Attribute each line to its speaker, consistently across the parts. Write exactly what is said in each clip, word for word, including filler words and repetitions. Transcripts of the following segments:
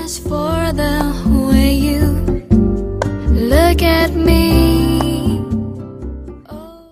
Speaker 1: Just for the way you look at me. Oh.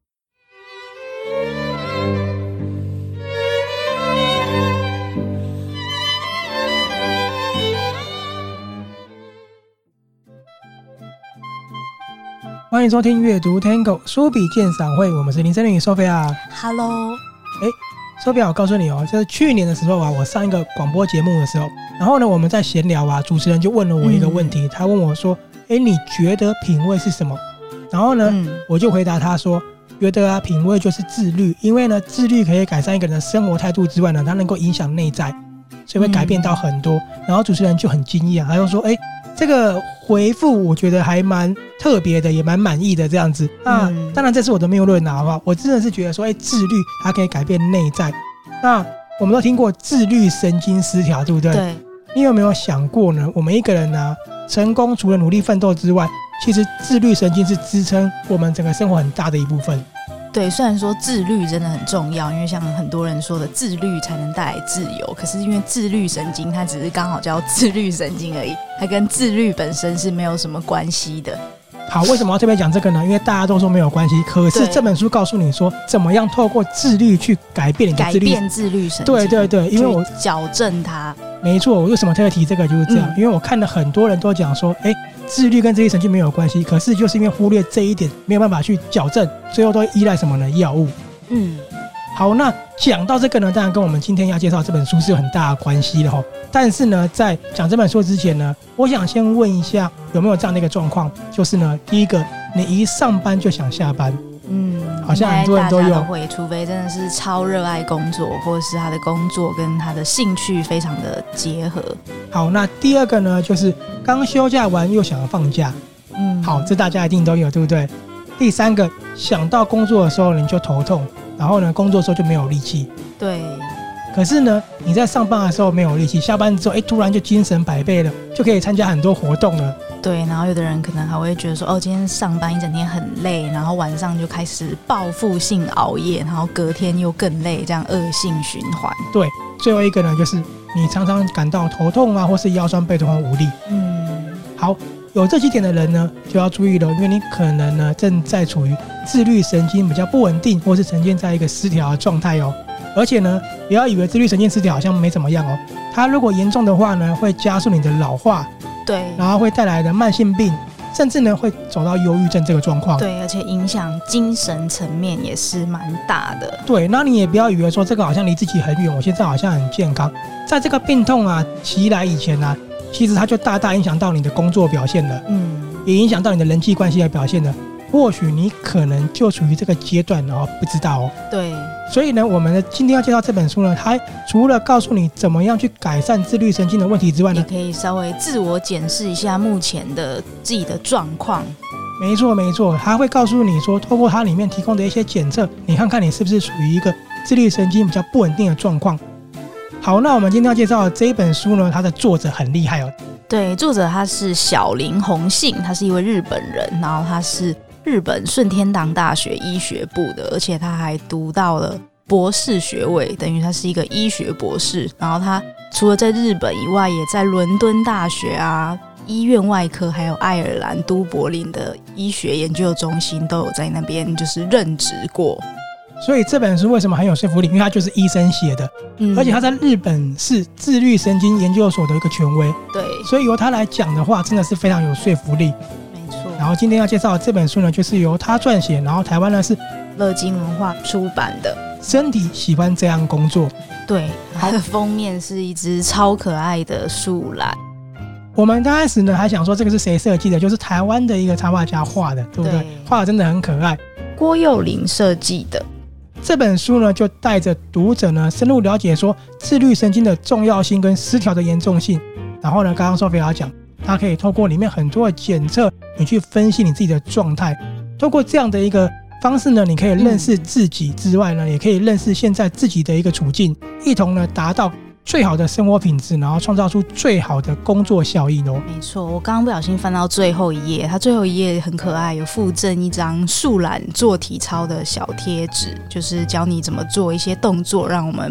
Speaker 2: 欢迎收听阅读 Tango 书笔鉴赏会，我们是林森林与 Sophia。
Speaker 3: Hello。
Speaker 2: 诶 Sophia， 我告诉你哦，就是去年的时候啊，我上一个广播节目的时候，然后呢我们在闲聊啊，主持人就问了我一个问题、嗯、他问我说，诶你觉得品味是什么？然后呢、嗯、我就回答他说，觉得啊品味就是自律，因为呢自律可以改善一个人的生活态度之外呢，它能够影响内在，所以会改变到很多、嗯、然后主持人就很惊讶，他就说，诶这个回复我觉得还蛮特别的，也蛮满意的这样子。那、嗯、当然这是我的谬论啊，好不好？我真的是觉得说，哎，自律它可以改变内在。那我们都听过自律神经失调，对不对？
Speaker 3: 对。
Speaker 2: 你有没有想过呢？我们一个人呢、啊，成功除了努力奋斗之外，其实自律神经是支撑我们整个生活很大的一部分。
Speaker 3: 对，虽然说自律真的很重要，因为像很多人说的自律才能带来自由，可是因为自律神经它只是刚好叫自律神经而已，它跟自律本身是没有什么关系的。
Speaker 2: 好，为什么要特别讲这个呢？因为大家都说没有关系，可是这本书告诉你说怎么样透过自律去改变你的自律，
Speaker 3: 改变自律神经。
Speaker 2: 对对对，因为我
Speaker 3: 矫正它。
Speaker 2: 没错，我为什么特别提这个就是这样、嗯、因为我看了很多人都讲说，哎，自律跟自律神经没有关系，可是就是因为忽略这一点，没有办法去矫正，最后都依赖什么呢？药物。嗯，好，那讲到这个呢，当然跟我们今天要介绍这本书是有很大的关系的齁。但是呢，在讲这本书之前呢，我想先问一下，有没有这样的一个状况，就是呢，第一个，你一上班就想下班。嗯，好像很多人都有，
Speaker 3: 大家都会，除非真的是超热爱工作，或者是他的工作跟他的兴趣非常的结合。
Speaker 2: 好，那第二个呢，就是刚休假完又想要放假。嗯，好，这大家一定都有，对不对？第三个，想到工作的时候你就头痛，然后呢，工作的时候就没有力气。
Speaker 3: 对。
Speaker 2: 可是呢，你在上班的时候没有力气，下班之后，哎，突然就精神百倍了，就可以参加很多活动了。
Speaker 3: 对，然后有的人可能还会觉得说，哦，今天上班一整天很累，然后晚上就开始报复性熬夜，然后隔天又更累，这样恶性循环。
Speaker 2: 对，最后一个呢，就是你常常感到头痛啊，或是腰酸背痛无力。嗯，好，有这几点的人呢，就要注意了，因为你可能呢正在处于自律神经比较不稳定，或是沉浸在一个失调的状态哦。而且呢，不要以为自律神经失调好像没怎么样哦，它如果严重的话呢，会加速你的老化，
Speaker 3: 对，
Speaker 2: 然后会带来的慢性病，甚至呢会走到忧郁症这个状况。
Speaker 3: 对，而且影响精神层面也是蛮大的。
Speaker 2: 对，那你也不要以为说这个好像离自己很远，我现在好像很健康，在这个病痛啊袭来以前啊，其实它就大大影响到你的工作表现了，嗯，也影响到你的人际关系的表现了。或许你可能就处于这个阶段，然后不知道哦。
Speaker 3: 对，
Speaker 2: 所以呢，我们今天要介绍这本书呢，它除了告诉你怎么样去改善自律神经的问题之外呢，
Speaker 3: 也可以稍微自我检视一下目前的自己的状况。
Speaker 2: 没错没错，它会告诉你说，透过它里面提供的一些检测，你看看你是不是属于一个自律神经比较不稳定的状况。好，那我们今天要介绍的这一本书呢，它的作者很厉害哦。
Speaker 3: 对，作者他是小林弘信，他是一位日本人，然后他是日本顺天堂大学医学部的，而且他还读到了博士学位，等于他是一个医学博士。然后他除了在日本以外，也在伦敦大学啊、医院外科，还有爱尔兰都柏林的医学研究中心都有在那边就是任职过。
Speaker 2: 所以这本书为什么很有说服力？因为它就是医生写的、嗯、而且他在日本是自律神经研究所的一个权威。
Speaker 3: 对，
Speaker 2: 所以由他来讲的话真的是非常有说服力。
Speaker 3: 没错。
Speaker 2: 然后今天要介绍的这本书呢，就是由他撰写，然后台湾呢是
Speaker 3: 乐金文化出版的。
Speaker 2: 身体喜欢这样工作。
Speaker 3: 对，它的封面是一只超可爱的树懒。
Speaker 2: 我们刚开始呢还想说这个是谁设计的，就是台湾的一个插画家画的，对不对？画的真的很可爱，
Speaker 3: 郭幼霖设计的。
Speaker 2: 这本书呢就带着读者呢深入了解说自律神经的重要性跟失调的严重性。然后呢，刚刚 Sophia 讲，它可以透过里面很多的检测，你去分析你自己的状态。透过这样的一个方式呢，你可以认识自己之外呢，也可以认识现在自己的一个处境，一同呢达到最好的生活品质，然后创造出最好的工作效益哦。
Speaker 3: 没错，我刚刚不小心翻到最后一页，它最后一页很可爱，有附赠一张树懒做体操的小贴纸，就是教你怎么做一些动作，让我们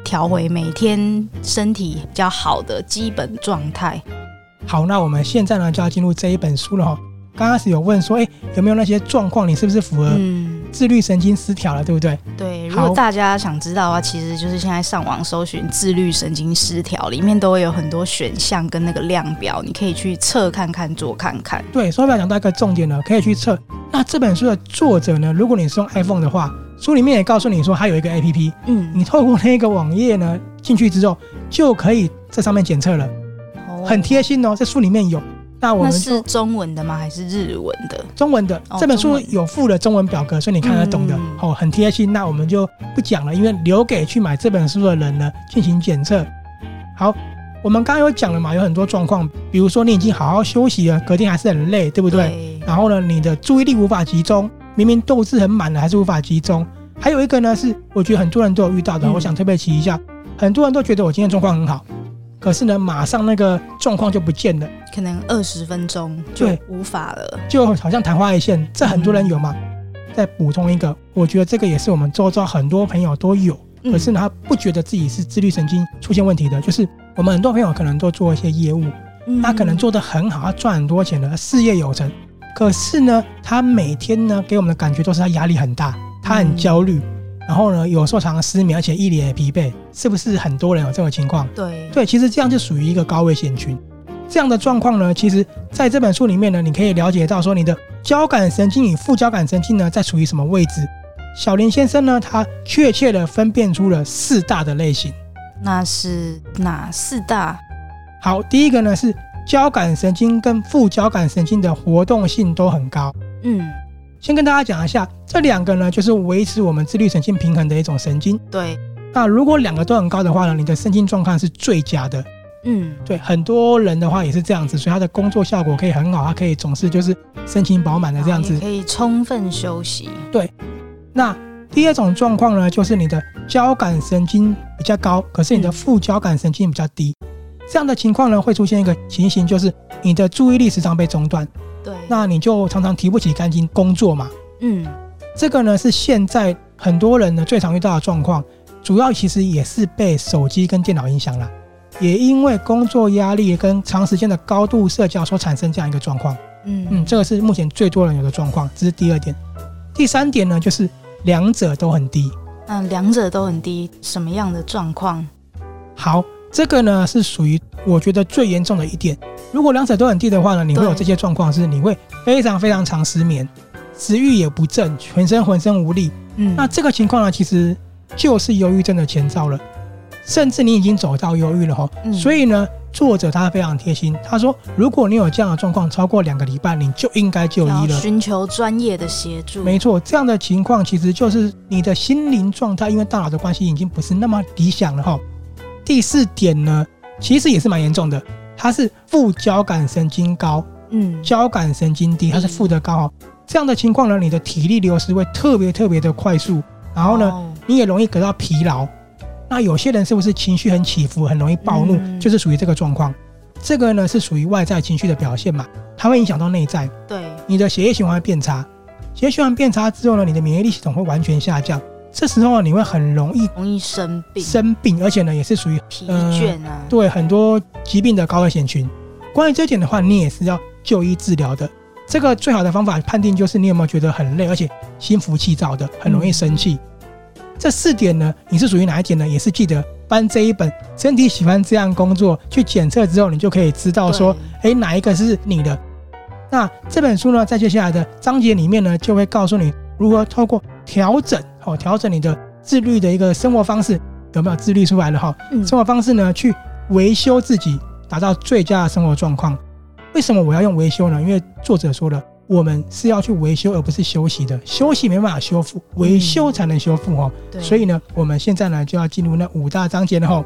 Speaker 3: 调回每天身体比较好的基本状态。
Speaker 2: 好，那我们现在呢就要进入这一本书了哈。刚开始有问说，哎，有没有那些状况，你是不是符合自律神经失调了，对不对？
Speaker 3: 对，如果大家想知道的话，其实就是现在上网搜寻自律神经失调，里面都会有很多选项跟那个量表，你可以去测看看，做看看。
Speaker 2: 对，手表讲到一个重点了，可以去测。那这本书的作者呢，如果你是用 iPhone 的话，书里面也告诉你说，它有一个 A P P， 嗯，你透过那个网页呢进去之后，就可以在上面检测了，哦、很贴心哦，在书里面有。那我们
Speaker 3: 那是中文的吗？还是日文的？
Speaker 2: 中文的、哦、这本书有附了中文表格，所以你看得懂的、嗯哦、很贴心。那我们就不讲了，因为留给去买这本书的人呢进行检测。好，我们刚刚有讲了嘛，有很多状况，比如说你已经好好休息了，隔天还是很累，对不对？对。然后呢，你的注意力无法集中，明明斗志很满了，还是无法集中。还有一个呢，是我觉得很多人都有遇到的，嗯、我想特别提一下，很多人都觉得我今天状况很好。可是呢，马上那个状况就不见了，
Speaker 3: 可能二十分钟就无法了，
Speaker 2: 就好像昙花一现。这很多人有嘛？嗯、再补充一个，我觉得这个也是我们周遭很多朋友都有，可是呢，他不觉得自己是自律神经出现问题的。就是我们很多朋友可能都做一些业务，嗯、他可能做得很好，他赚很多钱了，事业有成。可是呢，他每天呢给我们的感觉都是他压力很大，他很焦虑。嗯然后呢，有时候常常失眠，而且一脸疲惫，是不是很多人有这种情况？
Speaker 3: 对
Speaker 2: 对，其实这样就属于一个高危险群。这样的状况呢，其实在这本书里面呢，你可以了解到说你的交感神经与副交感神经呢在处于什么位置。小林先生呢，他确切的分辨出了四大的类型。
Speaker 3: 那是哪四大？
Speaker 2: 好，第一个呢是交感神经跟副交感神经的活动性都很高。嗯。先跟大家讲一下，这两个呢就是维持我们自律神经平衡的一种神经。
Speaker 3: 对，
Speaker 2: 那如果两个都很高的话呢，你的身心状况是最佳的。嗯，对，很多人的话也是这样子，所以他的工作效果可以很好，他可以总是就是身心饱满的这样子，
Speaker 3: 也可以充分休息。
Speaker 2: 对，那第二种状况呢，就是你的交感神经比较高，可是你的副交感神经比较低。嗯、这样的情况呢，会出现一个情形，就是你的注意力时常被中断。
Speaker 3: 对，
Speaker 2: 那你就常常提不起干劲工作嘛。嗯，这个呢是现在很多人呢最常遇到的状况，主要其实也是被手机跟电脑影响了，也因为工作压力跟长时间的高度社交所产生这样一个状况。嗯嗯，这个是目前最多人有的状况，这是第二点。第三点呢，就是两者都很低。
Speaker 3: 嗯，两者都很低，什么样的状况？
Speaker 2: 好，这个呢是属于我觉得最严重的一点。如果两者都很低的话呢，你会有这些状况，是你会非常非常常失眠，食欲也不振，全身浑身无力。嗯，那这个情况呢，其实就是忧郁症的前兆了，甚至你已经走到忧郁了哈。嗯、所以呢，作者他非常贴心，他说，如果你有这样的状况超过两个礼拜，你就应该就医了，
Speaker 3: 寻求专业的协助。
Speaker 2: 没错，这样的情况其实就是你的心灵状态，因为大脑的关系已经不是那么理想了哈。第四点呢，其实也是蛮严重的。它是副交感神经高，嗯，交感神经低，它是负的高哦。这样的情况呢，你的体力流失会特别特别的快速，然后呢，哦、你也容易得到疲劳。那有些人是不是情绪很起伏，很容易暴怒，嗯、就是属于这个状况。这个呢是属于外在情绪的表现嘛，它会影响到内在。
Speaker 3: 对，
Speaker 2: 你的血液循环会变差，血液循环变差之后呢，你的免疫力系统会完全下降。这时候你会很容易
Speaker 3: 容易生病，
Speaker 2: 生病，而且呢也是属于
Speaker 3: 疲倦啊、呃，
Speaker 2: 对很多疾病的高危险群。关于这一点的话，你也是要就医治疗的。这个最好的方法判定就是你有没有觉得很累，而且心浮气躁的，很容易生气。嗯、这四点呢，你是属于哪一点呢？也是记得搬这一本《身体喜欢这样工作》去检测之后，你就可以知道说，哎，哪一个是你的。那这本书呢，在接下来的章节里面呢，就会告诉你如何透过调整。好，调整你的自律的一个生活方式，有没有自律出来了哈？嗯、生活方式呢，去维修自己，达到最佳的生活状况。为什么我要用维修呢？因为作者说了，我们是要去维修，而不是休息的。休息没办法修复，维修才能修复哦。嗯、所以呢，我们现在呢就要进入那五大章节了哈。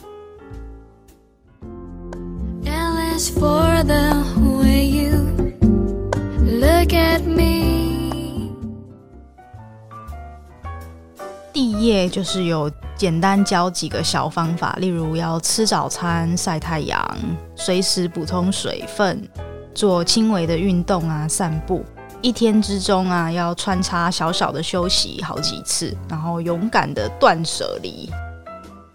Speaker 3: 第一页就是有简单教几个小方法，例如要吃早餐、晒太阳、随时补充水分、做轻微的运动啊、散步。一天之中啊，要穿插小小的休息好几次，然后勇敢的断舍离。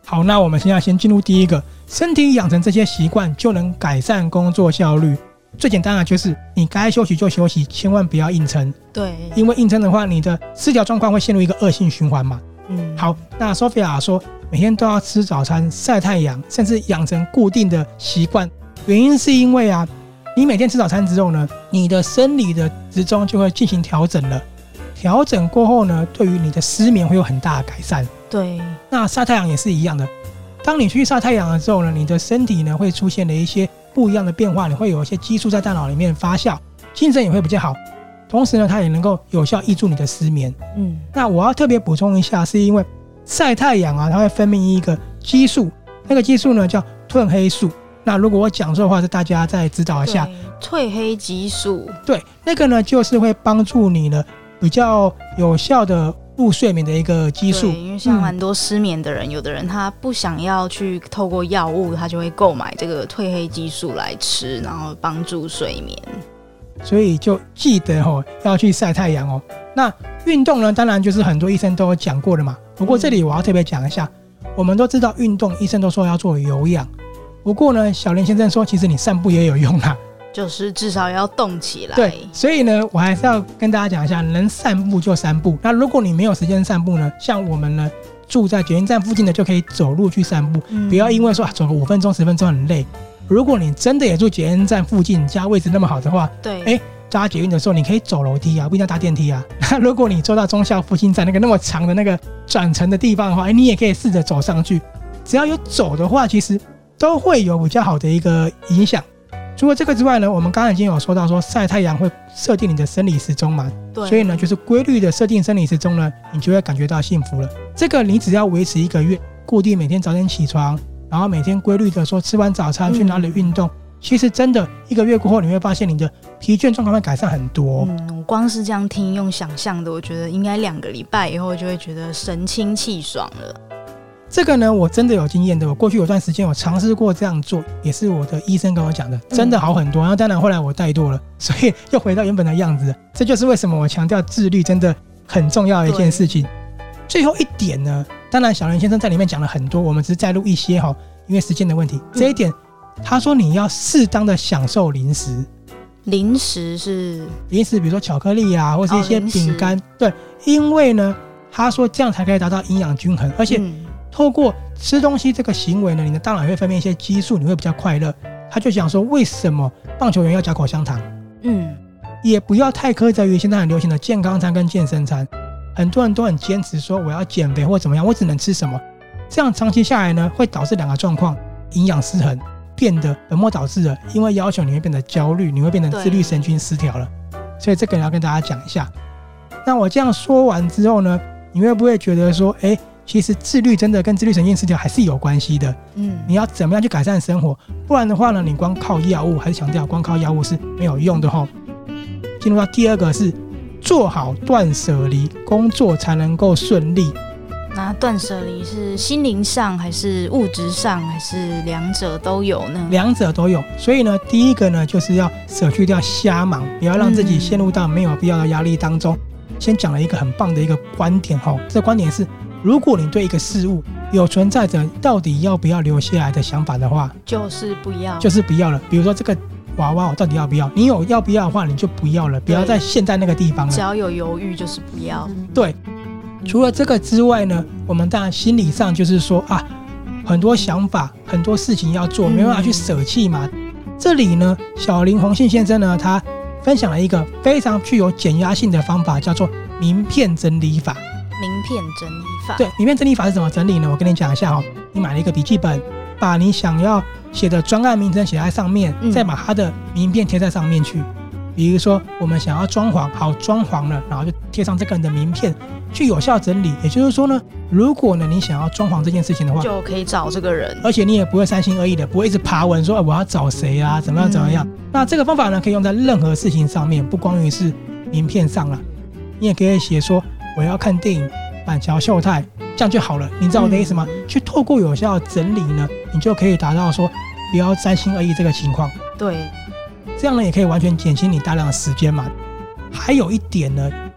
Speaker 2: 好，那我们现在先进入第一个，身体养成这些习惯就能改善工作效率。最简单的就是你该休息就休息，千万不要硬撑。
Speaker 3: 对，
Speaker 2: 因为硬撑的话，你的失调状况会陷入一个恶性循环嘛。
Speaker 3: 嗯，
Speaker 2: 好，那 Sophia 说每天都要吃早餐、晒太阳，甚至养成固定的习惯。原因是因为啊，你每天吃早餐之后呢，你的生理的时钟就会进行调整了。调整过后呢，对于你的失眠会有很大的改善。
Speaker 3: 对，
Speaker 2: 那晒太阳也是一样的。当你去晒太阳的时候呢，你的身体呢会出现了一些不一样的变化，你会有一些激素在大脑里面发酵，精神也会比较好。同时呢，它也能够有效抑制你的失眠。
Speaker 3: 嗯，
Speaker 2: 那我要特别补充一下，是因为晒太阳啊，它会分泌一个激素，那个激素呢叫褪黑素。那如果我讲错的话，是大家再指导一下。
Speaker 3: 褪黑激素，
Speaker 2: 对，那个呢就是会帮助你呢比较有效的入睡眠的一个激素。
Speaker 3: 因为像蛮多失眠的人、嗯、有的人他不想要去透过药物，他就会购买这个褪黑激素来吃，然后帮助睡眠。
Speaker 2: 所以就记得哦，要去晒太阳哦。那运动呢，当然就是很多医生都有讲过的嘛。不过这里我要特别讲一下，嗯、我们都知道运动，医生都说要做有氧。不过呢，小林先生说，其实你散步也有用啦，
Speaker 3: 就是至少要动起来。
Speaker 2: 对，所以呢，我还是要跟大家讲一下，能散步就散步。那如果你没有时间散步呢，像我们呢住在捷运站附近的，就可以走路去散步，嗯、不要因为说、啊、走个五分钟、十分钟很累。如果你真的也住捷运站附近，家位置那么好的话，
Speaker 3: 对，
Speaker 2: 哎，搭捷运的时候你可以走楼梯啊，不一定要搭电梯啊。那如果你坐到忠孝复兴站那个那么长的那个转乘的地方的话，哎，你也可以试着走上去。只要有走的话，其实都会有比较好的一个影响。除了这个之外呢，我们刚才已经有说到说晒太阳会设定你的生理时钟嘛，
Speaker 3: 对，
Speaker 2: 所以呢，就是规律的设定生理时钟呢，你就会感觉到幸福了。这个你只要维持一个月，固定每天早点起床。然后每天规律的说吃完早餐去哪里运动、嗯、其实真的一个月过后你会发现你的疲倦状况会改善很多。
Speaker 3: 嗯，我光是这样听用想象的，我觉得应该两个礼拜以后就会觉得神清气爽了。
Speaker 2: 这个呢我真的有经验的，我过去有段时间有尝试过这样做，也是我的医生跟我讲的，真的好很多、嗯、然后当然后来我怠惰了，所以又回到原本的样子。这就是为什么我强调自律真的很重要的一件事情。最后一点呢，当然小林先生在里面讲了很多，我们只是摘录一些哈，因为时间的问题。这一点他说你要适当的享受零食。
Speaker 3: 零食是
Speaker 2: 零食比如说巧克力啊，或是一些饼干、哦、对，因为呢他说这样才可以达到营养均衡，而且透过吃东西这个行为呢，你的大脑会分泌一些激素，你会比较快乐。他就讲说为什么棒球员要嚼口香糖。嗯，也不要太苛责于现在很流行的健康餐跟健身餐，很多人都很坚持说我要减肥或怎么样，我只能吃什么，这样长期下来呢会导致两个状况，营养失衡，变得本末倒置了。因为要求你会变得焦虑，你会变得自律神经失调了，所以这个要跟大家讲一下。那我这样说完之后呢，你会不会觉得说哎，其实自律真的跟自律神经失调还是有关系的。嗯，你要怎么样去改善生活，不然的话呢你光靠药物，还是强调光靠药物是没有用的齁。进入到第二个是做好断舍离，工作才能够顺利。
Speaker 3: 那断舍离是心灵上还是物质上，还是两者都有呢？
Speaker 2: 两者都有。所以呢，第一个呢就是要舍去掉瞎忙，不要让自己陷入到没有必要的压力当中。嗯、先讲了一个很棒的一个观点齁，这个观点是，如果你对一个事物有存在着到底要不要留下来的想法的话，
Speaker 3: 就是不要，
Speaker 2: 就是不要了。比如说这个娃娃我到底要不要，你有要不要的话你就不要了，不要再陷在那个地方了。
Speaker 3: 只要有犹豫就是不要。
Speaker 2: 对，除了这个之外呢，我们当然心理上就是说啊，很多想法很多事情要做，没办法去舍弃嘛、嗯、这里呢小林宏信先生呢他分享了一个非常具有减压性的方法，叫做名片整理法。
Speaker 3: 名片整理法，
Speaker 2: 对，名片整理法是怎么整理呢？我跟你讲一下哦。你买了一个笔记本，把你想要写的专案名称写在上面、嗯、再把它的名片贴在上面去。比如说我们想要装潢，好，装潢了，然后就贴上这个人的名片，去有效整理。也就是说呢，如果呢你想要装潢这件事情的话，
Speaker 3: 就可以找这个人，
Speaker 2: 而且你也不会三心二意的，不会一直爬文说、哎、我要找谁啊，怎么样怎么样、嗯、那这个方法呢可以用在任何事情上面，不光于是名片上了。你也可以写说我要看电影板桥秀泰，这样就好了。你知道我的意思吗、嗯、去透过有效的整理呢，你就可以达到说不要三心二意这个情况。
Speaker 3: 对，
Speaker 2: 这样呢也可以完全减轻你大量的时间嘛。还有一点呢，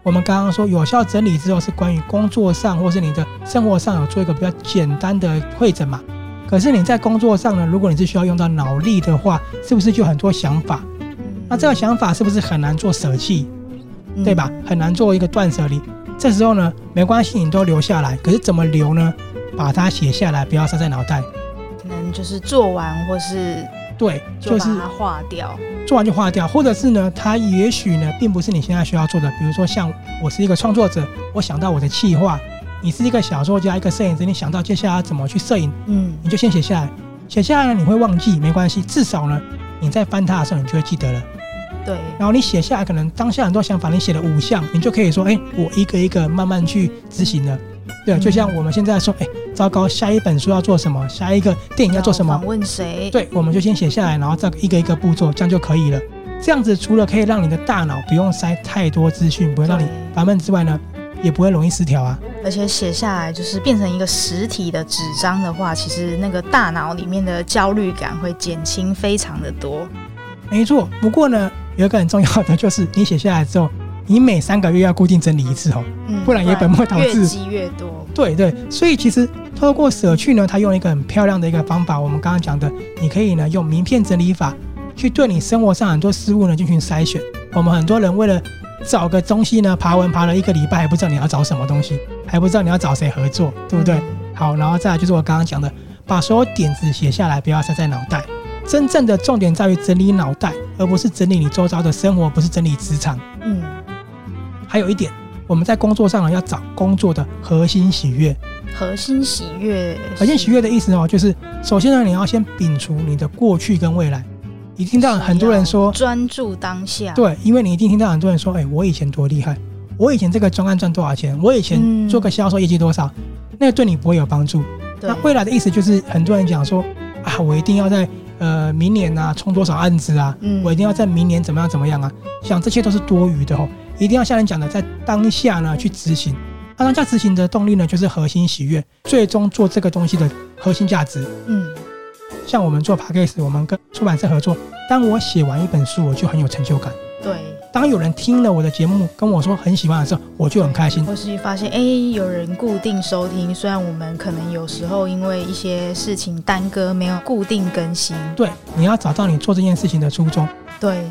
Speaker 2: 我们刚刚说有效整理之后是关于工作上或是你的生活上有做一个比较简单的汇整嘛。可是你在工作上呢，如果你是需要用到脑力的话，是不是就很多想法？那这个想法是不是很难做舍弃，对吧？很难做一个断舍离。这时候呢，没关系，你都留下来。可是怎么留呢？把它写下来，不要塞在脑袋。
Speaker 3: 可能就是做完或是
Speaker 2: 对，
Speaker 3: 就把它划掉，
Speaker 2: 做完就划掉，或者是呢，它也许呢，并不是你现在需要做的。比如说，像我是一个创作者，我想到我的企划。你是一个小说家，一个摄影师，你想到接下来怎么去摄影，嗯，你就先写下来。写下来呢，你会忘记没关系，至少呢，你在翻它的时候，你就会记得了。
Speaker 3: 对。
Speaker 2: 然后你写下来，可能当下很多想法，你写了五项，你就可以说，哎，我一个一个慢慢去执行了。对，就像我们现在说，哎，糟糕，下一本书要做什么，下一个电影要做什么，
Speaker 3: 访问谁？对，
Speaker 2: 我们就先写下来，然后再一个一个步骤，这样就可以了。这样子除了可以让你的大脑不用塞太多资讯，不会让你烦闷之外呢，也不会容易失调啊。
Speaker 3: 而且写下来就是变成一个实体的纸张的话，其实那个大脑里面的焦虑感会减轻非常的多。
Speaker 2: 没错，不过呢，有一个很重要的就是你写下来之后，你每三个月要固定整理一次哦，嗯、不然也本末倒置，
Speaker 3: 越积越多。
Speaker 2: 对对，所以其实透过舍去呢，它用一个很漂亮的一个方法，我们刚刚讲的，你可以呢用名片整理法去对你生活上很多事物呢进行筛选。我们很多人为了找个东西呢，爬文爬了一个礼拜，还不知道你要找什么东西，还不知道你要找谁合作，对不对？嗯、好，然后再来就是我刚刚讲的，把所有点子写下来，不要塞在脑袋。真正的重点在于整理脑袋，而不是整理你周遭的生活，不是整理职场。嗯。还有一点，我们在工作上呢，要找工作的核心喜悦。
Speaker 3: 核心喜悦，
Speaker 2: 核心喜悦的意思哦，就是首先呢，你要先摒除你的过去跟未来。你听到很多人说
Speaker 3: 专注当下，
Speaker 2: 对，因为你一定听到很多人说，哎，我以前多厉害，我以前这个专案赚多少钱，我以前做个销售业绩多少，嗯、那个对你不会有帮助。那未来的意思就是很多人讲说，啊，我一定要在呃明年啊冲多少案子啊，嗯、我一定要在明年怎么样怎么样啊，想这些都是多余的哦，一定要像人讲的，在当下呢去执行。那当下执行的动力呢，就是核心喜悦，最终做这个东西的核心价值。嗯。像我们做 Podcast， 我们跟出版社合作，当我写完一本书，我就很有成就感。
Speaker 3: 对，
Speaker 2: 当有人听了我的节目跟我说很喜欢的时候，我就很开心。
Speaker 3: 或是发现哎，有人固定收听，虽然我们可能有时候因为一些事情耽搁，没有固定更新。
Speaker 2: 对，你要找到你做这件事情的初衷。
Speaker 3: 对。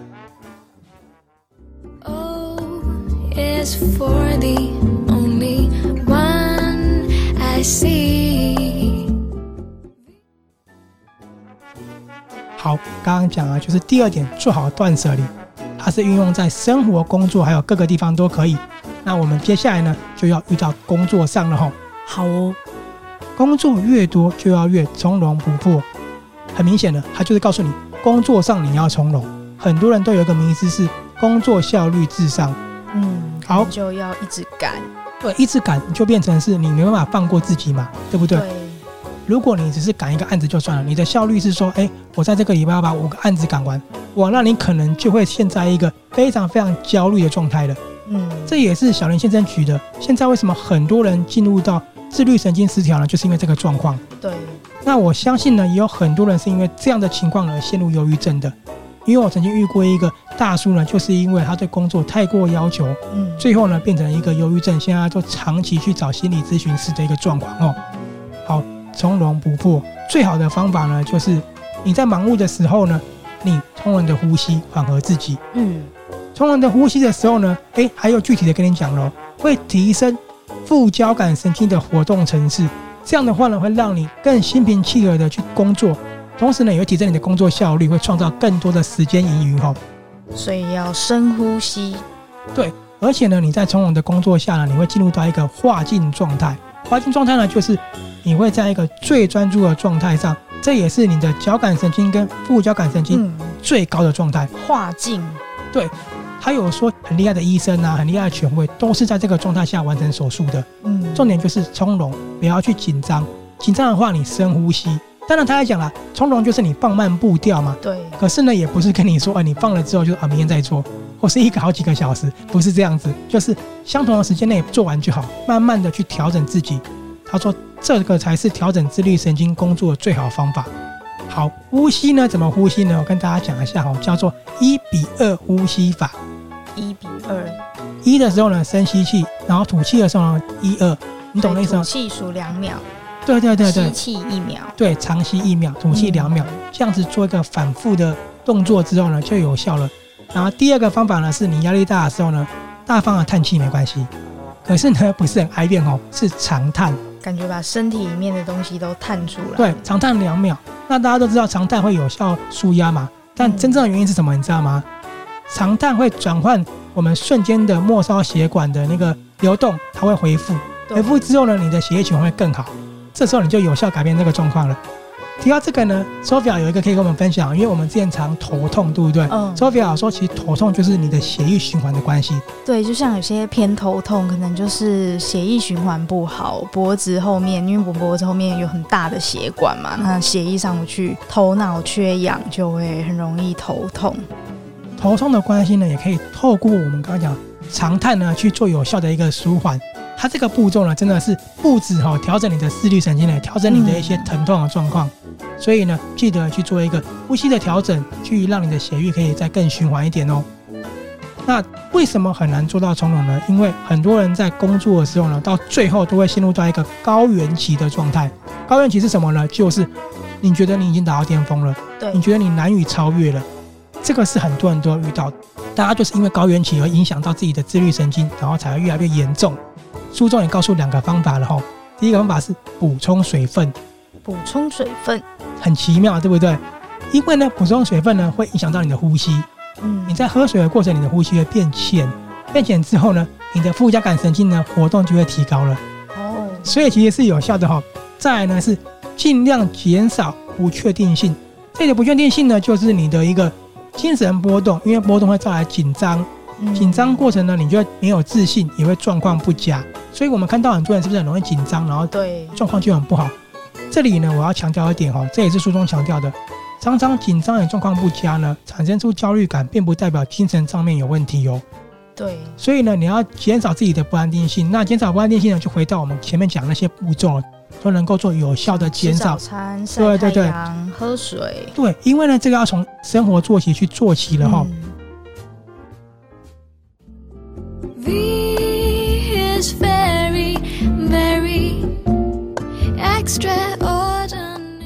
Speaker 1: Oh, it's for the only one I see.
Speaker 2: 好，刚刚讲啊，就是第二点，做好断舍离，它是运用在生活、工作还有各个地方都可以。那我们接下来呢，就要遇到工作上了吼。
Speaker 3: 好哦，
Speaker 2: 工作越多就要越从容不迫。很明显的，它就是告诉你，工作上你要从容。很多人都有一个迷思是工作效率至上。
Speaker 3: 嗯，好，就要一直赶。
Speaker 2: 对，一直赶就变成是你没办法放过自己嘛，对不对？
Speaker 3: 对。
Speaker 2: 如果你只是赶一个案子就算了，你的效率是说，哎，我在这个礼拜要把五个案子赶完，哇，那你可能就会陷在一个非常非常焦虑的状态了。嗯，这也是小林先生举的。现在为什么很多人进入到自律神经失调呢？就是因为这个状况。
Speaker 3: 对。
Speaker 2: 那我相信呢，也有很多人是因为这样的情况而陷入忧郁症的。因为我曾经遇过一个大叔呢，就是因为他对工作太过要求，嗯，最后呢变成一个忧郁症，现在就长期去找心理咨询师的一个状况哦。好。从容不迫，最好的方法呢，就是你在忙碌的时候呢，你从容的呼吸，缓和自己。嗯，从容的呼吸的时候呢，哎，还有具体的跟你讲咯，会提升副交感神经的活动程式，这样的话呢，会让你更心平气和的去工作，同时呢，也会提升你的工作效率，会创造更多的时间盈余哈。
Speaker 3: 所以要深呼吸。
Speaker 2: 对，而且呢，你在从容的工作下呢，你会进入到一个化境状态。化境状态呢，就是你会在一个最专注的状态上，这也是你的交感神经跟副交感神经最高的状态。
Speaker 3: 嗯、化境，
Speaker 2: 对，还有说很厉害的医生啊，很厉害的权威，都是在这个状态下完成手术的。嗯，重点就是从容，不要去紧张。紧张的话，你深呼吸。当然，他还讲了，从容就是你放慢步调嘛。
Speaker 3: 对。
Speaker 2: 可是呢，也不是跟你说，啊，你放了之后就啊，明天再做，或是一个好几个小时，不是这样子，就是相同的时间内做完就好，慢慢的去调整自己。他说，这个才是调整自律神经工作的最好方法。好，呼吸呢，怎么呼吸呢？我跟大家讲一下哈，叫做一比二呼吸法。
Speaker 3: 一比二，
Speaker 2: 一的时候呢深吸气，然后吐气的时候呢一二，你懂那意思吗？
Speaker 3: 吐气数两秒，
Speaker 2: 对对对对，
Speaker 3: 吸气一秒，
Speaker 2: 对，长吸一秒，吐气两秒、嗯，这样子做一个反复的动作之后呢，就有效了。然后第二个方法呢，是你压力大的时候呢，大方的叹气没关系，可是呢不是很哀怨哦，是长叹，
Speaker 3: 感觉把身体里面的东西都叹出来。
Speaker 2: 对，长叹两秒。那大家都知道长叹会有效舒压嘛，但真正的原因是什么？你知道吗？长叹会转换我们瞬间的末梢血管的那个流动，它会恢复，恢复之后呢，你的血液循环会更好，这时候你就有效改变这个状况了。提到这个呢 Sophia 有一个可以跟我们分享，因为我们之前常头痛，对不对？嗯 Sophia 说，其实头痛就是你的血液循环的关系。
Speaker 3: 对，就像有些偏头痛，可能就是血液循环不好，脖子后面，因为我脖子后面有很大的血管嘛，那血液上不去，头脑缺氧就会很容易头痛。
Speaker 2: 头痛的关系呢，也可以透过我们刚刚讲长叹呢去做有效的一个舒缓。它这个步骤呢，真的是不止哈调整你的自律神经呢，调整你的一些疼痛的状况。嗯、所以呢，记得去做一个呼吸的调整，去让你的血液可以再更循环一点哦。那为什么很难做到从容呢？因为很多人在工作的时候呢，到最后都会陷入到一个高原期的状态。高原期是什么呢？就是你觉得你已经达到巅峰了，对，你觉得你难以超越了。这个是很多人都遇到的，大家就是因为高原期而影响到自己的自律神经，然后才会越来越严重。书中也告诉两个方法了哈，第一个方法是补充水分，
Speaker 3: 补充水分
Speaker 2: 很奇妙，对不对？因为呢，补充水分呢会影响到你的呼吸，嗯，你在喝水的过程，你的呼吸会变浅，变浅之后呢，你的副交感神经呢活动就会提高了，哦，所以其实是有效的哈。再来呢是尽量减少不确定性，这里的不确定性呢就是你的一个精神波动，因为波动会带来紧张。紧张过程呢，你就会没有自信，也会状况不佳。所以我们看到很多人是不是很容易紧张，然后对状况就很不好。这里呢，我要强调一点哈，这也是书中强调的，常常紧张的状况不佳呢，产生出焦虑感，并不代表精神上面有问题哦。对，所以呢，你要减少自己的不安定性。那减少不安定性呢，就回到我们前面讲那些步骤，都能够做有效的减少。
Speaker 3: 吃早餐、晒太阳、喝水。
Speaker 2: 对，因为呢，这个要从生活作息去做起了哈。嗯
Speaker 1: V is very, very extraordinary.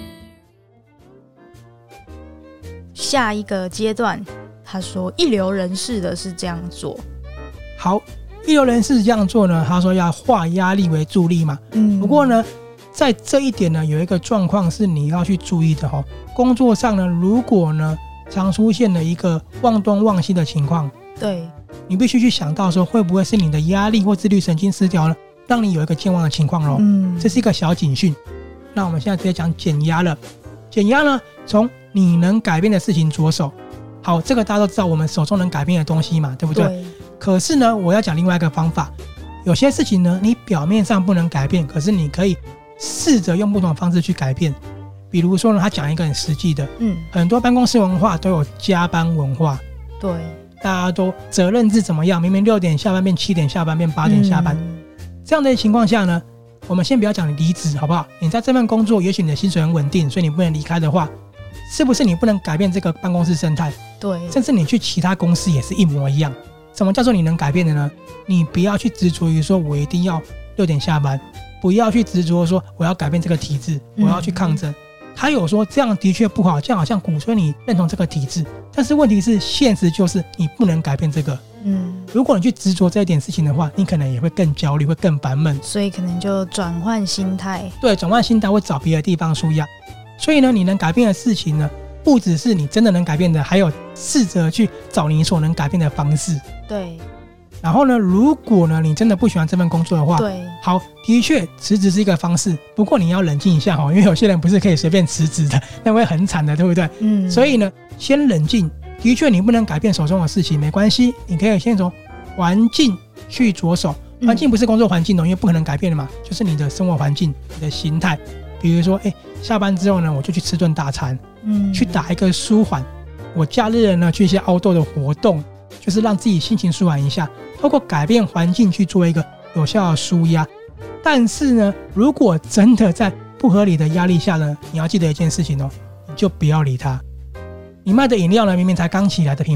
Speaker 3: 下一个阶段，他说一流人士的是这样做。
Speaker 2: 好，一流人士这样做呢，他说要化压力为助力嘛。嗯。不过呢，在这一点呢，有一个状况是你要去注意的哈。工作上呢，如果呢常出现了一个忘东忘西的情况，对。你必须去想到说，会不会是你的压力或自律神经失调了，让你有一个健忘的情况咯。嗯，这是一个小警讯。那我们现在直接讲减压了。减压呢，从你能改变的事情着手。好，这个大家都知道，我们手中能改变的东西嘛，对不对？对。可是呢，我要讲另外一个方法。有些事情呢，你表面上不能改变，可是你可以试着用不同的方式去改变。比如说呢，他讲一个很实际的，嗯，很多办公室文化都有加班文化。对。大家都责任制怎么样？明明六点下班变七点下班变八点下班，嗯、这样的情况下呢，我们先不要讲你离职好不好？你在这份工作，也许你的薪水很稳定，所以你不能离开的话，是不是你不能改变这个办公室生态？对，甚至你去其他公司也是一模一样。什么叫做你能改变的呢？你不要去执着于说我一定要六点下班，不要去执着说我要改变这个体制，我要去抗争。嗯他有说这样的确不好，这样好像鼓吹你认同这个体制，但是问题是现实就是你不能改变这个。嗯，如果你去执着这一点事情的话，你可能也会更焦虑，会更烦闷，
Speaker 3: 所以可能就转换心态。
Speaker 2: 对，转换心态会找别的地方抒压。所以呢，你能改变的事情呢，不只是你真的能改变的，还有试着去找你所能改变的方式。对。然后呢，如果呢你真的不喜欢这份工作的话，对，好，的确辞职是一个方式，不过你要冷静一下哈，因为有些人不是可以随便辞职的，那会很惨的，对不对？嗯，所以呢，先冷静。的确，你不能改变手中的事情，没关系，你可以先从环境去着手。环境不是工作环境哦，因为不可能改变的嘛，就是你的生活环境、你的心态。比如说，哎，下班之后呢，我就去吃顿大餐，嗯，去打一个舒缓。我假日呢，去一些outdoor的活动。就是让自己心情舒缓一下，透过改变环境去做一个有效的抒压。但是呢，如果真的在不合理的压力下呢，你要记得一件事情哦，你就不要理它。你卖的饮料呢，明明才刚起来的品牌，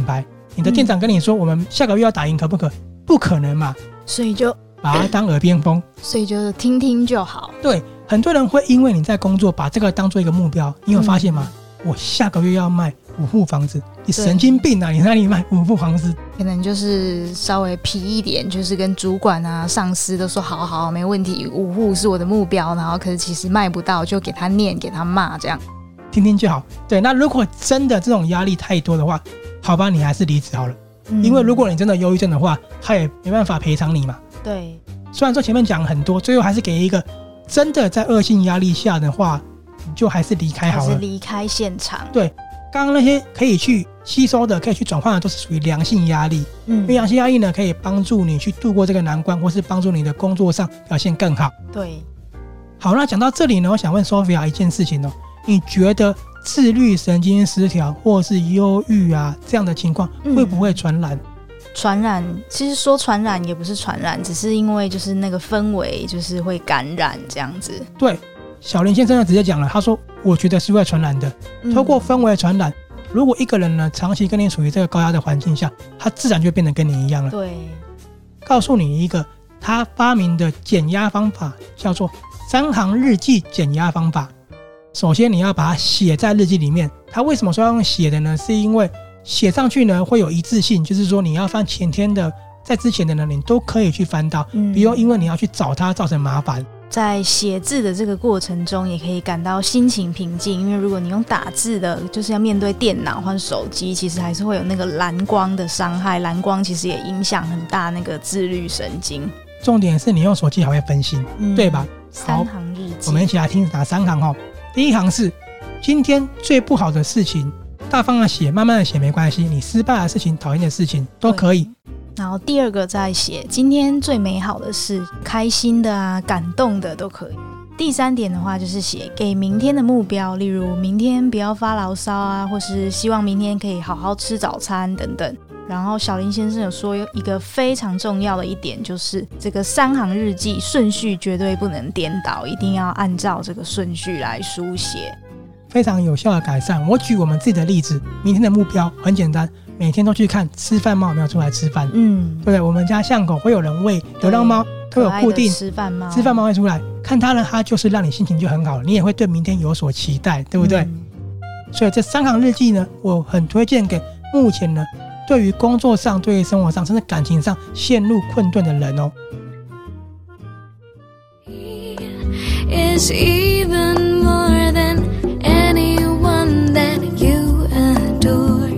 Speaker 2: 你的店长跟你说、嗯、我们下个月要打赢可不可？不可能嘛，
Speaker 3: 所以就
Speaker 2: 把它当耳边风，
Speaker 3: 所以就听听就好。
Speaker 2: 对，很多人会因为你在工作把这个当做一个目标，你有发现吗、嗯、我下个月要卖五户房子，你神经病啊，你哪里卖五户房子？
Speaker 3: 可能就是稍微皮一点，就是跟主管啊上司都说好好没问题，五户是我的目标，然后可是其实卖不到就给他念给他骂，这样
Speaker 2: 听听就好。对，那如果真的这种压力太多的话，好吧，你还是离职好了、嗯、因为如果你真的忧郁症的话，他也没办法赔偿你嘛。
Speaker 3: 对，
Speaker 2: 虽然说前面讲很多，最后还是给一个真的在恶性压力下的话，你就还是离开好了，
Speaker 3: 还是离开现场。
Speaker 2: 对，刚刚那些可以去吸收的可以去转换的都是属于良性压力、嗯、因为良性压力呢可以帮助你去度过这个难关，或是帮助你的工作上表现更好。
Speaker 3: 对，
Speaker 2: 好，那讲到这里呢，我想问 Sophia 一件事情哦，你觉得自律神经失调或是忧郁啊这样的情况会不会传染？嗯，
Speaker 3: 传染，其实说传染也不是传染，只是因为就是那个氛围就是会感染这样子。
Speaker 2: 对，小林先生直接讲了，他说我觉得是会传染的，透过氛围传染、嗯、如果一个人呢长期跟你处于这个高压的环境下，他自然就变得跟你一样了。
Speaker 3: 对，
Speaker 2: 告诉你一个他发明的减压方法，叫做三行日记减压方法。首先你要把它写在日记里面，他为什么说要用写的呢？是因为写上去呢会有一致性，就是说你要翻前天的在之前的呢你都可以去翻到、嗯、不用因为你要去找它造成麻烦。
Speaker 3: 在写字的这个过程中也可以感到心情平静，因为如果你用打字的就是要面对电脑或手机，其实还是会有那个蓝光的伤害，蓝光其实也影响很大那个自律神经。
Speaker 2: 重点是你用手机还会分心、嗯、对吧？
Speaker 3: 三行日记，
Speaker 2: 我们一起来听哪三行哦。第一行是今天最不好的事情，大方的写，慢慢的写没关系，你失败的事情讨厌的事情都可以。
Speaker 3: 然后第二个再写今天最美好的事，开心的啊感动的都可以。第三点的话就是写给明天的目标，例如明天不要发牢骚啊，或是希望明天可以好好吃早餐等等。然后小林先生有说一个非常重要的一点，就是这个三行日记顺序绝对不能颠倒，一定要按照这个顺序来书写，
Speaker 2: 非常有效的改善。我举我们自己的例子，明天的目标很简单，每天都去看吃饭猫有没有出来吃饭，嗯，对不对？我们家巷口会有人喂流浪猫，都有固定
Speaker 3: 吃饭猫，
Speaker 2: 吃饭猫会出来，看它呢，它就是让你心情就很好，你也会对明天有所期待，对不对？嗯、所以这三行日记呢，我很推荐给目前呢对于工作上、对于生活上，甚至感情上陷入困顿的人哦。
Speaker 1: Is even more than anyone that you adore.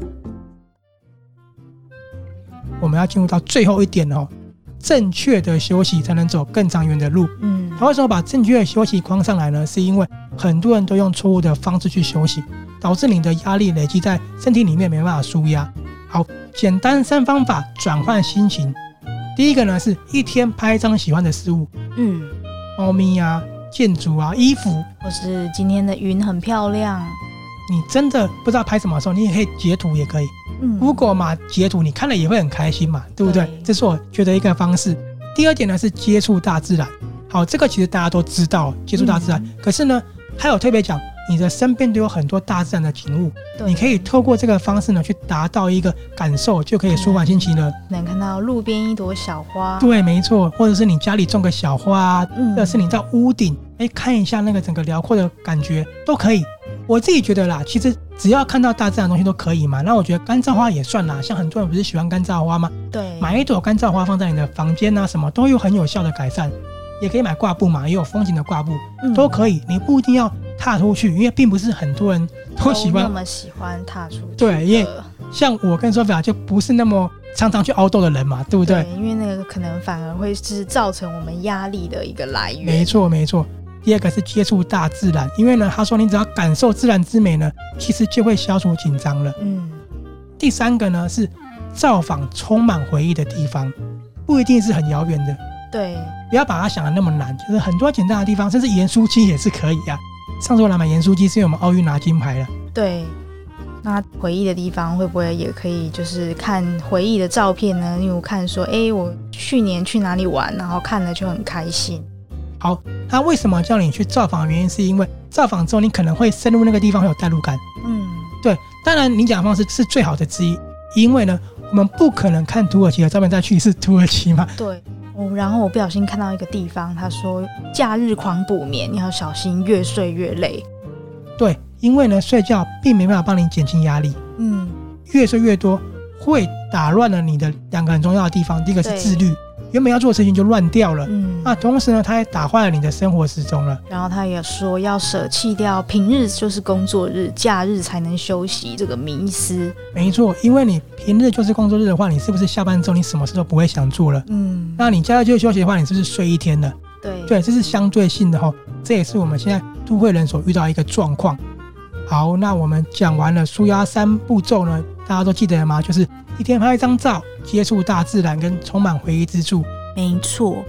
Speaker 2: 我们要进入到最后一点哦，正确的休息才能走更长远的路。嗯，他为什么把正确的休息框上来呢？是因为很多人都用错误的方式去休息，导致你的压力累积在身体里面，没办法抒压。好，简单三方法转换心情。第一个呢，是一天拍一张喜欢的事物，嗯，猫咪啊、建筑啊、衣服，
Speaker 3: 或是今天的云很漂亮。
Speaker 2: 你真的不知道拍什么的时候，你也可以截图，也可以。嗯 ，Google 嘛，截图你看了也会很开心嘛，对不对？对，这是我觉得一个方式。第二点呢是接触大自然。好，这个其实大家都知道，接触大自然。嗯、可是呢，还有特别讲，你的身边都有很多大自然的景物，你可以透过这个方式呢，去达到一个感受，就可以舒缓心情了。
Speaker 3: 能看到路边一朵小花，
Speaker 2: 对，没错，或者是你家里种个小花，嗯、或者是你在屋顶，哎，看一下那个整个辽阔的感觉，都可以。我自己觉得啦，其实只要看到大自然的东西都可以嘛。那我觉得干燥花也算啦，像很多人不是喜欢干燥花吗？
Speaker 3: 对，
Speaker 2: 买一朵干燥花放在你的房间啊，什么都有很有效的改善。也可以买挂布嘛，也有风景的挂布，嗯、都可以。你不一定要踏出去，因为并不是很多人都喜欢
Speaker 3: 都那么喜欢踏出去。
Speaker 2: 对，因为像我跟 Sophia 就不是那么常常去outdoor的人嘛，对不对？
Speaker 3: 对，因为那个可能反而会是造成我们压力的一个来源。
Speaker 2: 没错，没错。第二个是接触大自然，因为呢，他说你只要感受自然之美呢，其实就会消除紧张了。嗯。第三个呢是造访充满回忆的地方，不一定是很遥远的。
Speaker 3: 对，
Speaker 2: 不要把它想的那么难，就是很多简单的地方，甚至盐酥鸡也是可以啊。上次我来买盐酥鸡是因为我们奥运拿金牌了。
Speaker 3: 对，那回忆的地方会不会也可以就是看回忆的照片呢？例如看说，哎，我去年去哪里玩，然后看了就很开心。
Speaker 2: 好，他为什么叫你去造访的原因是因为造访之后你可能会深入那个地方，会有代入感。嗯，对，当然你讲的方式是最好的之一， 因为呢，我们不可能看土耳其的照片再去一次土耳其嘛。
Speaker 3: 对。哦，然后我不小心看到一个地方，他说假日狂补眠，要小心越睡越累。
Speaker 2: 对，因为呢，睡觉并没办法帮你减轻压力，
Speaker 3: 嗯，
Speaker 2: 越睡越多会打乱了你的两个很重要的地方，第一个是自律，原本要做的事情就乱掉了，嗯，那同时呢，它也打坏了你的生活时钟了。
Speaker 3: 然后他也说要舍弃掉平日就是工作日，假日才能休息这个迷思。
Speaker 2: 没错，因为你平日就是工作日的话，你是不是下班之后你什么事都不会想做了？嗯，那你假日就休息的话，你是不是睡一天了？
Speaker 3: 对
Speaker 2: 对，这是相对性的齁，这也是我们现在都会人所遇到一个状况。好，那我们讲完了舒压三步骤呢，大家都记得了吗？就是一天拍一张照，接触大自然跟充满回忆之处。
Speaker 3: 没错。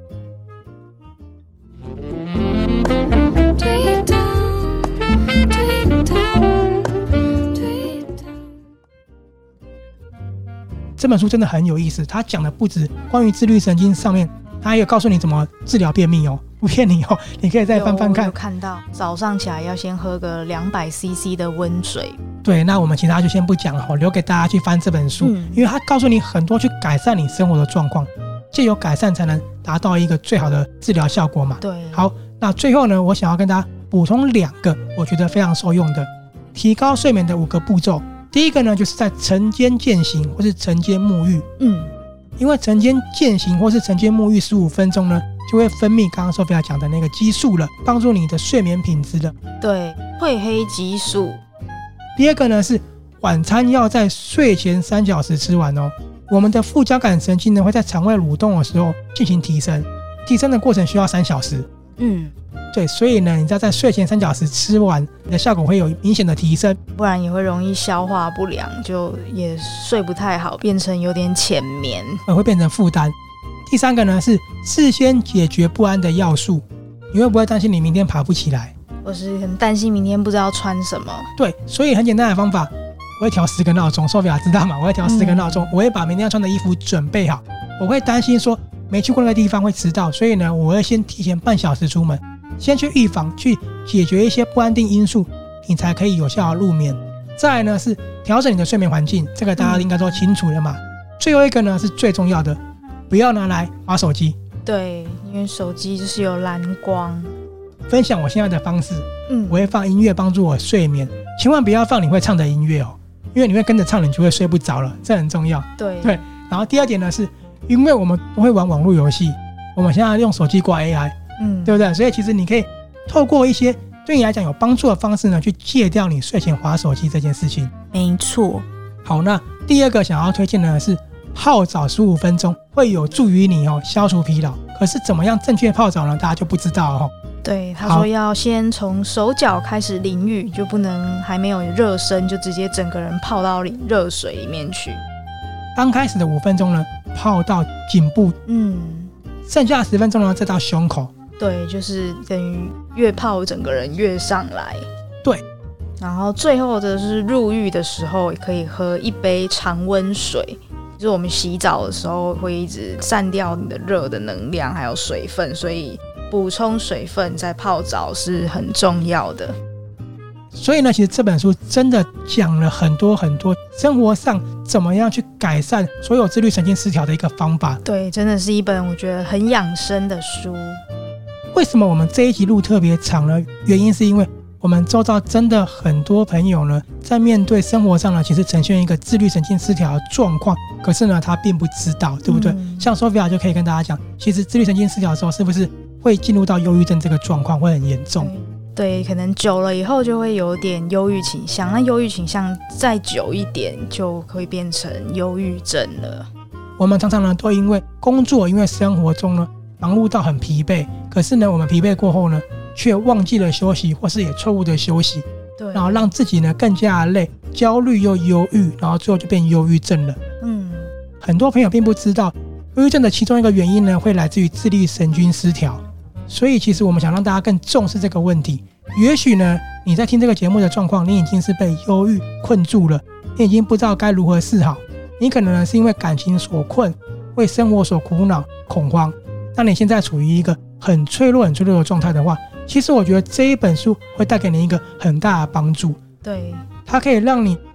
Speaker 2: 这本书真的很有意思，它讲的不止关于自律神经上面，它也告诉你怎么治疗便秘哦，不骗你哦，你可以再翻翻看。
Speaker 3: 有看到早上起来要先喝个两百 C C 的温水。
Speaker 2: 对，那我们其他就先不讲了，留给大家去翻这本书，嗯，因为它告诉你很多去改善你生活的状况，藉由改善才能达到一个最好的治疗效果嘛。
Speaker 3: 对。
Speaker 2: 好，那最后呢，我想要跟大家补充两个我觉得非常受用的提高睡眠的五个步骤。第一个呢，就是在晨间健行或是晨间沐浴。嗯，因为晨间健行或是晨间沐浴十五分钟呢，就会分泌刚刚 Sophia 讲的那个激素了，帮助你的睡眠品质了。
Speaker 3: 对，褪黑激素。
Speaker 2: 第二个呢是晚餐要在睡前三小时吃完哦。我们的副交感神经呢会在肠胃蠕动的时候进行提升，提升的过程需要三小时。嗯，对，所以呢，你只要在睡前三小时吃完，你的效果会有明显的提升，
Speaker 3: 不然也会容易消化不良，就也睡不太好，变成有点浅眠，
Speaker 2: 会变成负担。第三个呢是事先解决不安的要素，你会不会担心你明天爬不起来，
Speaker 3: 或是很担心明天不知道穿什么？
Speaker 2: 对，所以很简单的方法，我会调十个闹钟 ，Sophia 知道吗？我会调十个闹钟，嗯，我会把明天要穿的衣服准备好，我会担心说没去过那个地方会迟到，所以呢，我会先提前半小时出门，先去预防，去解决一些不安定因素，你才可以有效的入眠。再来呢是调整你的睡眠环境，这个大家应该都清楚了嘛。嗯，最后一个呢是最重要的，不要拿来滑手机。
Speaker 3: 对，因为手机就是有蓝光。
Speaker 2: 分享我现在的方式，嗯，我会放音乐帮助我睡眠，千万不要放你会唱的音乐哦，因为你会跟着唱，你就会睡不着了，这很重要。
Speaker 3: 对
Speaker 2: 对，然后第二点呢是。因为我们都会玩网络游戏，我们现在用手机挂 A I， 嗯，对不对？所以其实你可以透过一些对你来讲有帮助的方式呢，去戒掉你睡前滑手机这件事情。
Speaker 3: 没错。
Speaker 2: 好，那第二个想要推荐的是泡澡十五分钟，会有助于你哦消除疲劳。可是怎么样正确泡澡呢？大家就不知道哦。
Speaker 3: 对，他说要先从手脚开始淋浴，就不能还没有热身就直接整个人泡到热水里面去。
Speaker 2: 刚开始的五分钟呢，泡到颈部，嗯，剩下十分钟呢，再到胸口。
Speaker 3: 对，就是等于越泡整个人越上来。
Speaker 2: 对，
Speaker 3: 然后最后的是入浴的时候，可以喝一杯常温水，就是我们洗澡的时候会一直散掉你的热的能量，还有水分，所以补充水分在泡澡是很重要的。
Speaker 2: 所以呢，其实这本书真的讲了很多很多生活上怎么样去改善所有自律神经失调的一个方法。
Speaker 3: 对，真的是一本我觉得很养生的书。
Speaker 2: 为什么我们这一集录特别长呢？原因是因为我们周遭真的很多朋友呢，在面对生活上呢，其实呈现一个自律神经失调的状况，可是呢，他并不知道，对不对？嗯，像 Sophia 就可以跟大家讲，其实自律神经失调的时候，是不是会进入到忧郁症这个状况，会很严重。
Speaker 3: 对，可能久了以后就会有点忧郁倾向，那忧郁倾向再久一点就会变成忧郁症了。
Speaker 2: 我们常常呢都因为工作，因为生活中呢忙碌到很疲惫，可是呢我们疲惫过后呢却忘记了休息，或是也错误的休息，对，然后让自己呢更加累，焦虑又忧郁，然后最后就变忧郁症了。嗯，很多朋友并不知道忧郁症的其中一个原因呢会来自于自律神经失调，所以其实我们想让大家更重视这个问题。也许呢你在听这个节目的状况，你已经是被忧郁困住了，你已经不知道该如何是好，你可能呢是因为感情所困，为生活所苦恼恐慌，那你现在处于一个很脆弱很脆弱的状态的话，其实我觉得这一本书会带给你一个很大的帮助。
Speaker 3: 对，
Speaker 2: 它可以让你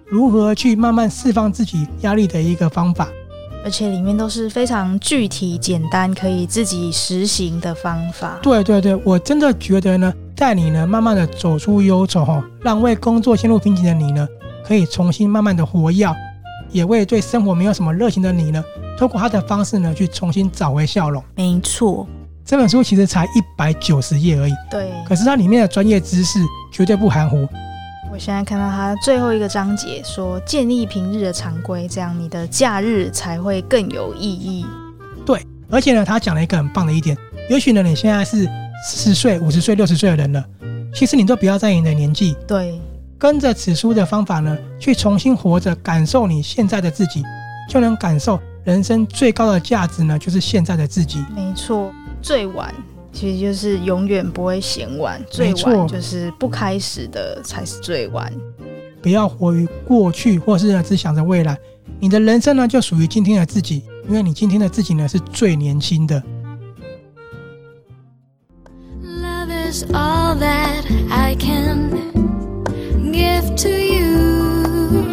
Speaker 2: 如何去慢慢释放自己压力的一个方法。
Speaker 3: 而且里面都是非常具体简单可以自己实行的方法。
Speaker 2: 对对对，我真的觉得呢，带你呢慢慢的走出忧愁，让为工作陷入瓶颈的你呢可以重新慢慢的活跃，也为对生活没有什么热情的你呢透过他的方式呢去重新找回笑容。
Speaker 3: 没错，
Speaker 2: 这本书其实才一百九十页而已，
Speaker 3: 对，
Speaker 2: 可是它里面的专业知识绝对不含糊。
Speaker 3: 我现在看到它最后一个章节说，建立平日的常规，这样你的假日才会更有意义。
Speaker 2: 对，而且呢他讲了一个很棒的一点，也许呢你现在是四十岁五十岁六十岁的人了，其实你都不要在意你的年纪，
Speaker 3: 对，
Speaker 2: 跟着此书的方法呢去重新活着，感受你现在的自己，就能感受人生最高的价值呢就是现在的自己。
Speaker 3: 没错，最晚其实就是永远不会嫌晚，最晚就是不开始的才是最晚。
Speaker 2: 不要活于过去，或是呢只想着未来，你的人生呢就属于今天的自己，因为你今天的自己呢是最年轻的。
Speaker 1: Love is all that I can give to you.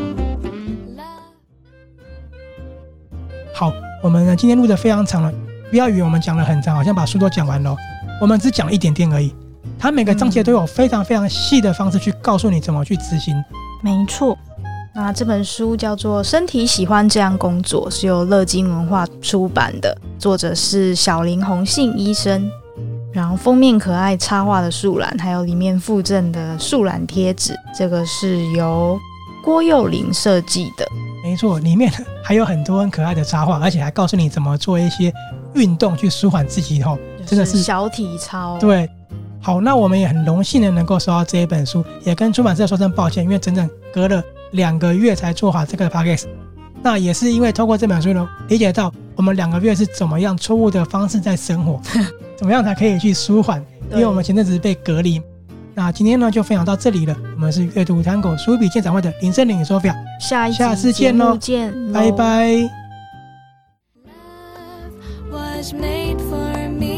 Speaker 2: 好，我们呢今天录得非常长了，不要以为我们讲了很长，好像把书都讲完了，我们只讲了一点点而已。它每个章节都有非常非常细的方式去告诉你怎么去执行。
Speaker 3: 没错，那这本书叫做《身体喜欢这样工作》，是由乐金文化出版的，作者是小林弘信医生。然后封面可爱插画的树懒，还有里面附赠的树懒贴纸，这个是由郭佑林设计的。
Speaker 2: 没错，里面还有很多很可爱的插画，而且还告诉你怎么做一些运动去舒缓自己，真的是
Speaker 3: 小体操。
Speaker 2: 对，好，那我们也很荣幸的能够收到这一本书，也跟出版社说声抱歉，因为整整隔了两个月才做好这个 podcast。那也是因为透过这本书呢，理解到我们两个月是怎么样错误的方式在生活，怎么样才可以去舒缓，因为我们前阵子被隔离。那今天呢就分享到这里了，我们是阅读Tango书笔鉴赏会的林森林与 Sophia，
Speaker 3: 下一集
Speaker 2: 下次见咯，
Speaker 3: 见，
Speaker 2: 拜拜。
Speaker 1: Love was made for me.